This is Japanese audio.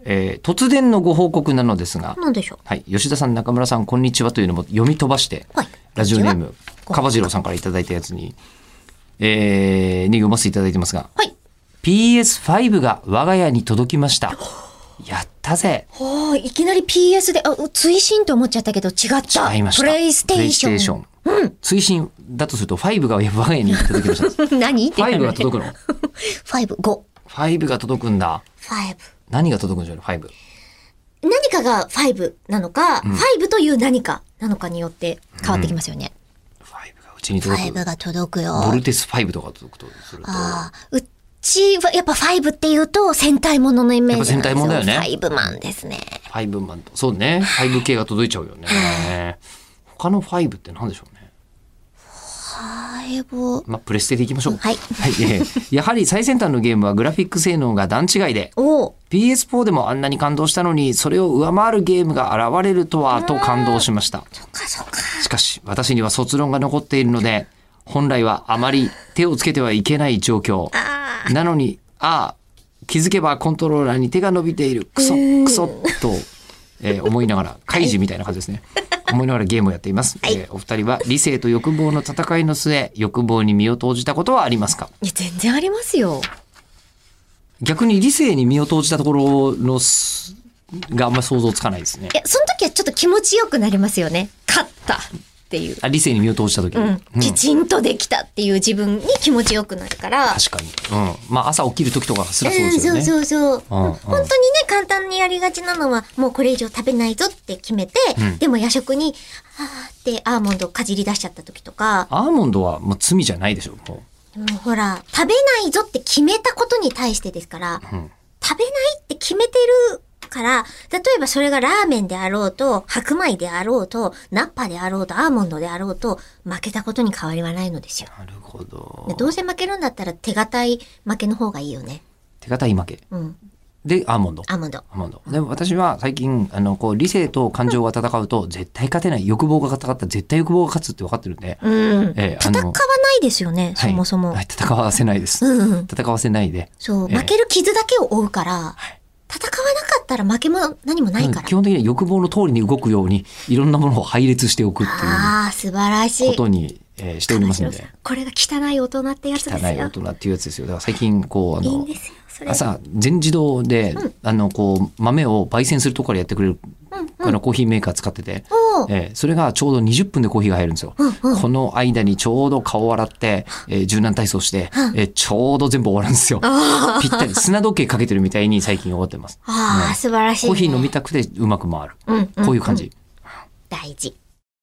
突然のご報告なのですが、 何でしょう。 はい、吉田さん、中村さん、こんにちはというのも読み飛ばして、 はい、 ラジオネームかばじろうさんからいただいたやつに、読ませていただいてますが、 はい、 PS5 が我が家に届きました。やったぜ。 いきなり PS で、追伸と思っちゃったけど違った。 違いました。 プレイステーション。 うん。追伸だとすると5が我が家に届きました。 何って 5が届くの ?5 が届くんだ。 5。 何が届くんじゃない ?5。 何かが5なのか、5という何かなのかによって変わってきますよね。 5がうちに届く。 5が届くよ。 ボルテス5とか届くとすると。 うちはやっぱ5っていうと戦隊もののイメージなんですよ。 戦隊ものだよね。 5マンですね。 5マンと。そうね。5系が届いちゃうよね。他の5って何でしょうね。まあ、プレステでいきましょう。 はい。 はい。やはり最先端のゲームはグラフィック性能が段違いで、PS4 でもあんなに感動したのに、それを上回るゲームが現れるとは、と感動しました。 そっかそっか。 しかし、私には卒論が残っているので、本来はあまり手をつけてはいけない状況。なのに、気づけばコントローラーに手が伸びている。クソックソッと、思いながら、カイジみたいな感じですね。思いながらゲームをやっています。お二人は理性と欲望の戦いの末、欲望に身を投じたことはありますか？ いや、全然ありますよ。 逆に理性に身を投じたところのがあんまり想像つかないですね。 いや、その時はちょっと気持ちよくなりますよね。勝ったっていう。 理性に身を投じた時、 きちんとできたっていう自分に気持ちよくなるから。 確かに。まあ朝起きる時とかすらそうですよね。 そう。本当にね、簡単にやりがちなのは、もうこれ以上食べないぞって決めて、でも夜食に、ってアーモンドをかじり出しちゃった時とか。 アーモンドはもう罪じゃないでしょ、もうほら、食べないぞって決めたことに対してですから、食べないって決めてるから、例えばそれがラーメンであろうと、白米であろうと、ナッパであろうと、アーモンドであろうと、負けたことに変わりはないのですよ。 なるほど。 どうせ負けるんだったら手堅い負けの方がいいよね。 手堅い負け。で、アーモンド。でも私は最近、理性と感情が戦うと絶対勝てない。欲望が戦ったら絶対欲望が勝つって分かってるんで。 戦わないですよね、そもそも。 戦わせないです。戦わせないで。 そう、負ける傷だけを負うから、戦わなかったら負けも何もないから。 基本的には欲望の通りに動くように、いろんなものを配列しておくっていう。 素晴らしい。 ことに、しておりますので。 これが汚い大人ってやつですよ。 汚い大人っていうやつですよ。だから最近、 いいんですよ。 朝、全自動で、豆を焙煎するところからやってくれる、コーヒーメーカー使ってて、それがちょうど20分でコーヒーが入るんですよ。この間にちょうど顔を洗って、柔軟体操して、ちょうど全部終わるんですよ。ぴったり、砂時計かけてるみたいに最近終わってます。 素晴らしい。 コーヒー飲みたくてうまく回る。こういう感じ。 大事。